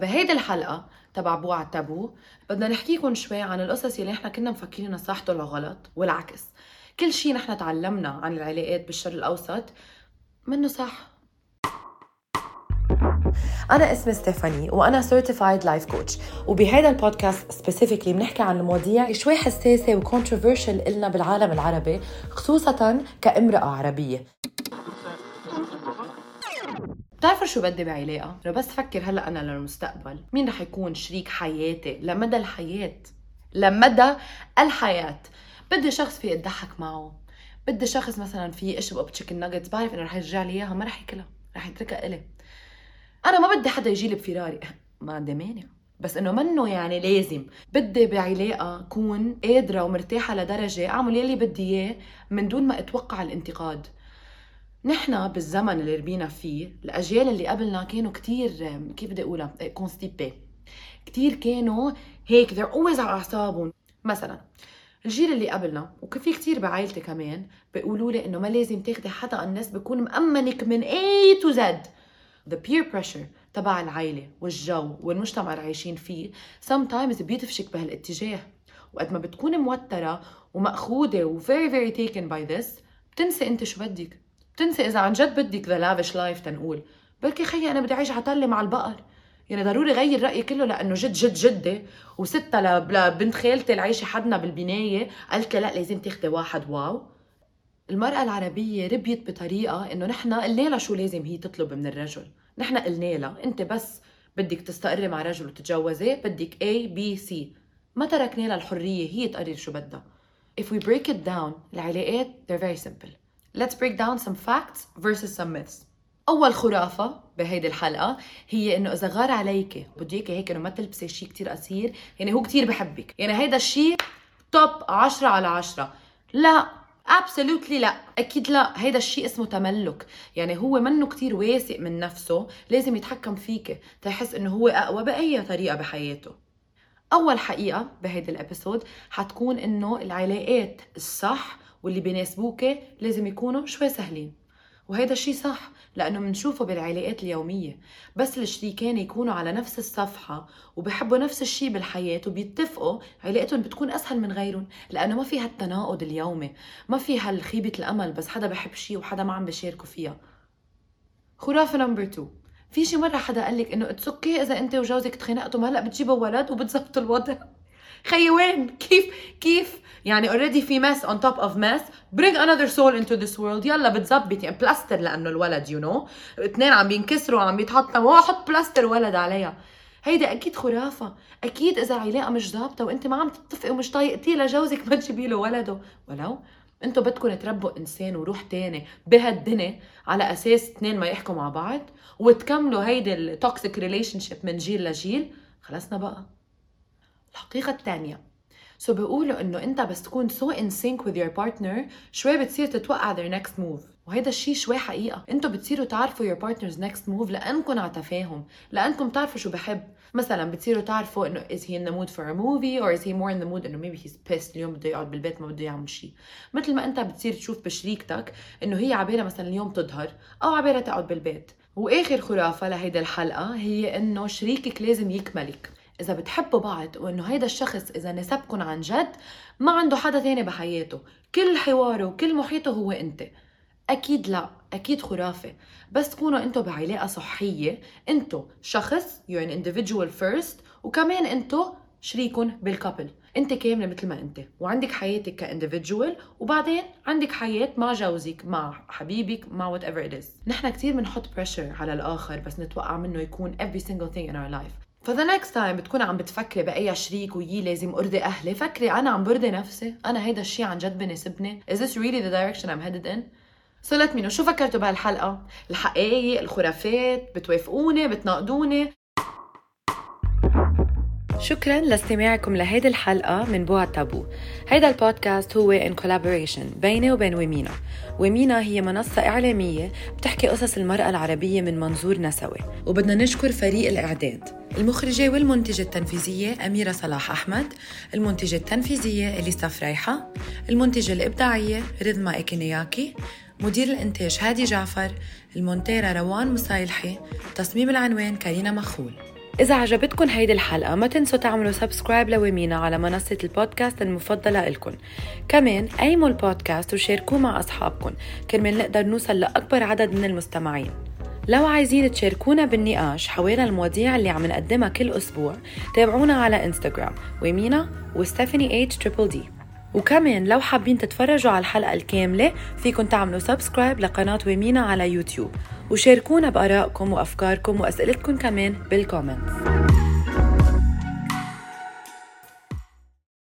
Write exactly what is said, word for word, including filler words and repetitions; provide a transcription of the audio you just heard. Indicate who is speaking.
Speaker 1: بهيدي الحلقة تبع بو على التابو بدنا نحكيكم شوي عن القصص اللي احنا كنا مفكرينها صح طلعوا غلط، والعكس. كل شيء نحن تعلمنا عن العلاقات بالشرق الأوسط منه صح. أنا اسمي ستيفاني وأنا Certified Life Coach، وبهذا البودكاست specifically بنحكي عن المواضيع شوي حساسة و controversial إلنا بالعالم العربي، خصوصاً كامرأة عربية. بتعرفوا شو بدي بعلاقة؟ لو بس فكر هلأ أنا للمستقبل مين رح يكون شريك حياتي لمدى الحياة؟ لمدى الحياة بدي شخص في أضحك معه، بدي شخص مثلا في اشرب تشيكن ناجتس بعرف إنه رح يرجع لي إياها، ما رح ياكلها، رح يتركها إلي. أنا ما بدي حدا يجي لي بفراري، ما عندي مانع، بس إنه منه يعني لازم. بدي بعلاقة كون قادرة ومرتاحة لدرجة أعمل يلي بدي إياه من دون ما أتوقع الانتقاد. نحن بالزمن اللي ربينا فيه، الأجيال اللي قبلنا كانوا كتير، كيف بدي أقولها، كونستيبي، كتير كانوا هيك they're always على أعصابهم. مثلا الجيل اللي قبلنا، وفي كتير بعائلتي كمان بيقولوا لي إنه ما لازم تاخدي حدا، الناس بيكون مأمنك من A to Z. the peer pressure تبع العائلة والجو والمجتمع اللي عايشين فيه sometimes بيدفشك بهالاتجاه، وقد ما بتكون موترة ومأخوذة و very very taken by this بتنسي انت شو بدك، بتنسي إذا عن جد بدك the lavish life. تنقول بركي خيي أنا بدي أعيش عتلي مع البقر، يعني ضروري غير رأيي كله لأنه جد جد جدي وستة لبنت خالتي العيشة حدنا بالبناية قالت لا لازم تاخدي واحد. واو، المرأة العربية ربيت بطريقة إنه نحن قلنا لها شو لازم هي تطلب من الرجل. نحن قلنا لها أنت بس بدك تستقري مع رجل وتتجوزي بدك A B C، ما تركنا لها الحرية هي تقرر شو بدها. If we break it down العلاقات they're very simple. Let's break down some facts versus some myths. أول خرافة بهيدي الحلقة هي إنه إذا غار عليك بدي إياكي هيك إنه ما تلبسي شيء كتير قصير، يعني هو كتير بحبك، يعني هيدا الشيء توب عشرة على عشرة. لا absolutely لا، أكيد لا. هيدا الشيء اسمه تملك، يعني هو منه كتير واثق من نفسه، لازم يتحكم فيك تحس إنه هو أقوى بأي طريقة بحياته. أول حقيقة بهيدا الابيسود حتكون إنه العلاقات الصح واللي بيناسبوك لازم يكونوا شوي سهلين، وهيدا الشيء صح لأنه منشوفه بالعلاقات اليومية. بس الشريكين يكونوا على نفس الصفحة وبيحبوا نفس الشيء بالحياة وبيتفقوا، علاقتهم بتكون أسهل من غيرهم، لأنه ما فيها التناقض اليومي، ما فيها الخيبة الأمل بس حدا بحب شيء وحدا ما عم بيشاركوا فيها. خرافة نمبر تو، في شي مرة حدا قالك إنه اتس اوكي إذا أنت وجوزك تخانقتوا ما هلأ بتجيبوا ولد وبتزبطوا الوضع. خيي وين؟ كيف كيف يعني already في mess on top of mess bring another soul into this world. يلا بتزبط يعني بلاستر لأنه الولد you know اثنين عم بينكسروا عم بيتحطموا وحط بلاستر ولد عليها. هيدا أكيد خرافة. أكيد إذا علاقة مش ضابطة وأنت ما عم تتفقي ومش طايقتي لجوزك ما تجيبي له ولده، ولو انتوا بدكم تربوا انسان وروح تاني بهالدنيا على اساس اثنين ما يحكوا مع بعض وتكملوا هيدي التوكسيك ريليشن شيب من جيل لجيل. خلصنا بقى. الحقيقة الثانية، سو بيقولوا انه انت بس تكون so in sync with your partner شوي بتصير تتوقع their next move، وهيدا الشيء شوي حقيقة. انتوا بتصيروا تعرفوا your partner's next move لأنكم على تفاهم، لأنكم تعرفوا شو بحب. مثلا بتصيروا تعرفوا انه is he in the mood for a movie or is he more in the mood انه maybe he's pissed اليوم بده يقعد بالبيت ما بده يعمل شيء. مثل ما انت بتصير تشوف بشريكتك انه هي عبالها مثلا اليوم تظهر او عبالها تقعد بالبيت. واخر خرافة لهيدا الحلقة هي انه شريكك لازم يكملك. إذا بتحبوا بعض وإنه هيدا الشخص إذا نسبكن عن جد ما عنده حدا تاني بحياته، كل حواره وكل محيطه هو أنت، أكيد لا، أكيد خرافة. بس تكونوا أنتوا بعلاقة صحية، أنتوا شخص you're an individual first، وكمان أنتوا شريكن بالكابل. أنت كاملة مثل ما أنت وعندك حياتك كانديفيديوال، وبعدين عندك حياة مع جوزك مع حبيبك مع whatever it is. نحن كتير بنحط pressure على الآخر بس نتوقع منه يكون every single thing in our life. فذا next time بتكون عم بتفكري بأي شريك ويي لازم أرضي أهلي، فكري أنا عم برضي نفسي، أنا هيدا الشيء عن جد بناسبني. Is this really the direction I'm headed in? So let me know شو فكرتوا بهالحلقة؟ الحقائق، الخرافات، بتوافقوني، بتناقضوني؟ شكراً لاستماعكم لهيدي الحلقة من بو على التابو. هيدا البودكاست هو in collaboration بيني وبين ومينا. ومينا هي منصة إعلامية بتحكي قصص المرأة العربية من منظور نسوي، وبدنا نشكر فريق الإعداد. المخرجة والمنتجة التنفيذية أميرة صلاح أحمد، المنتجة التنفيذية إليسا فريحة، المنتجة الإبداعية رذما إكينياكي، مدير الإنتاج هادي جعفر، المونتيرة روان مصايلحي، تصميم العنوان كارينا مخول. إذا عجبتكن هيدي الحلقة ما تنسوا تعملوا سبسكرايب لويمينا على منصة البودكاست المفضلة إلكن. كمان قيموا البودكاست وشاركوه مع أصحابكن كرمال نقدر نوصل لأكبر عدد من المستمعين. لو عايزين تشاركونا بالنقاش حوالين المواضيع اللي عم نقدمها كل أسبوع تابعونا على إنستغرام ويمينا وستيفاني اتش تريبل دي. وكمان لو حابين تتفرجوا على الحلقة الكاملة فيكن تعملوا سبسكرايب لقناة ويمينا على يوتيوب وشاركونا بآرائكم وأفكاركم وأسئلتكم كمان بالكومنتس.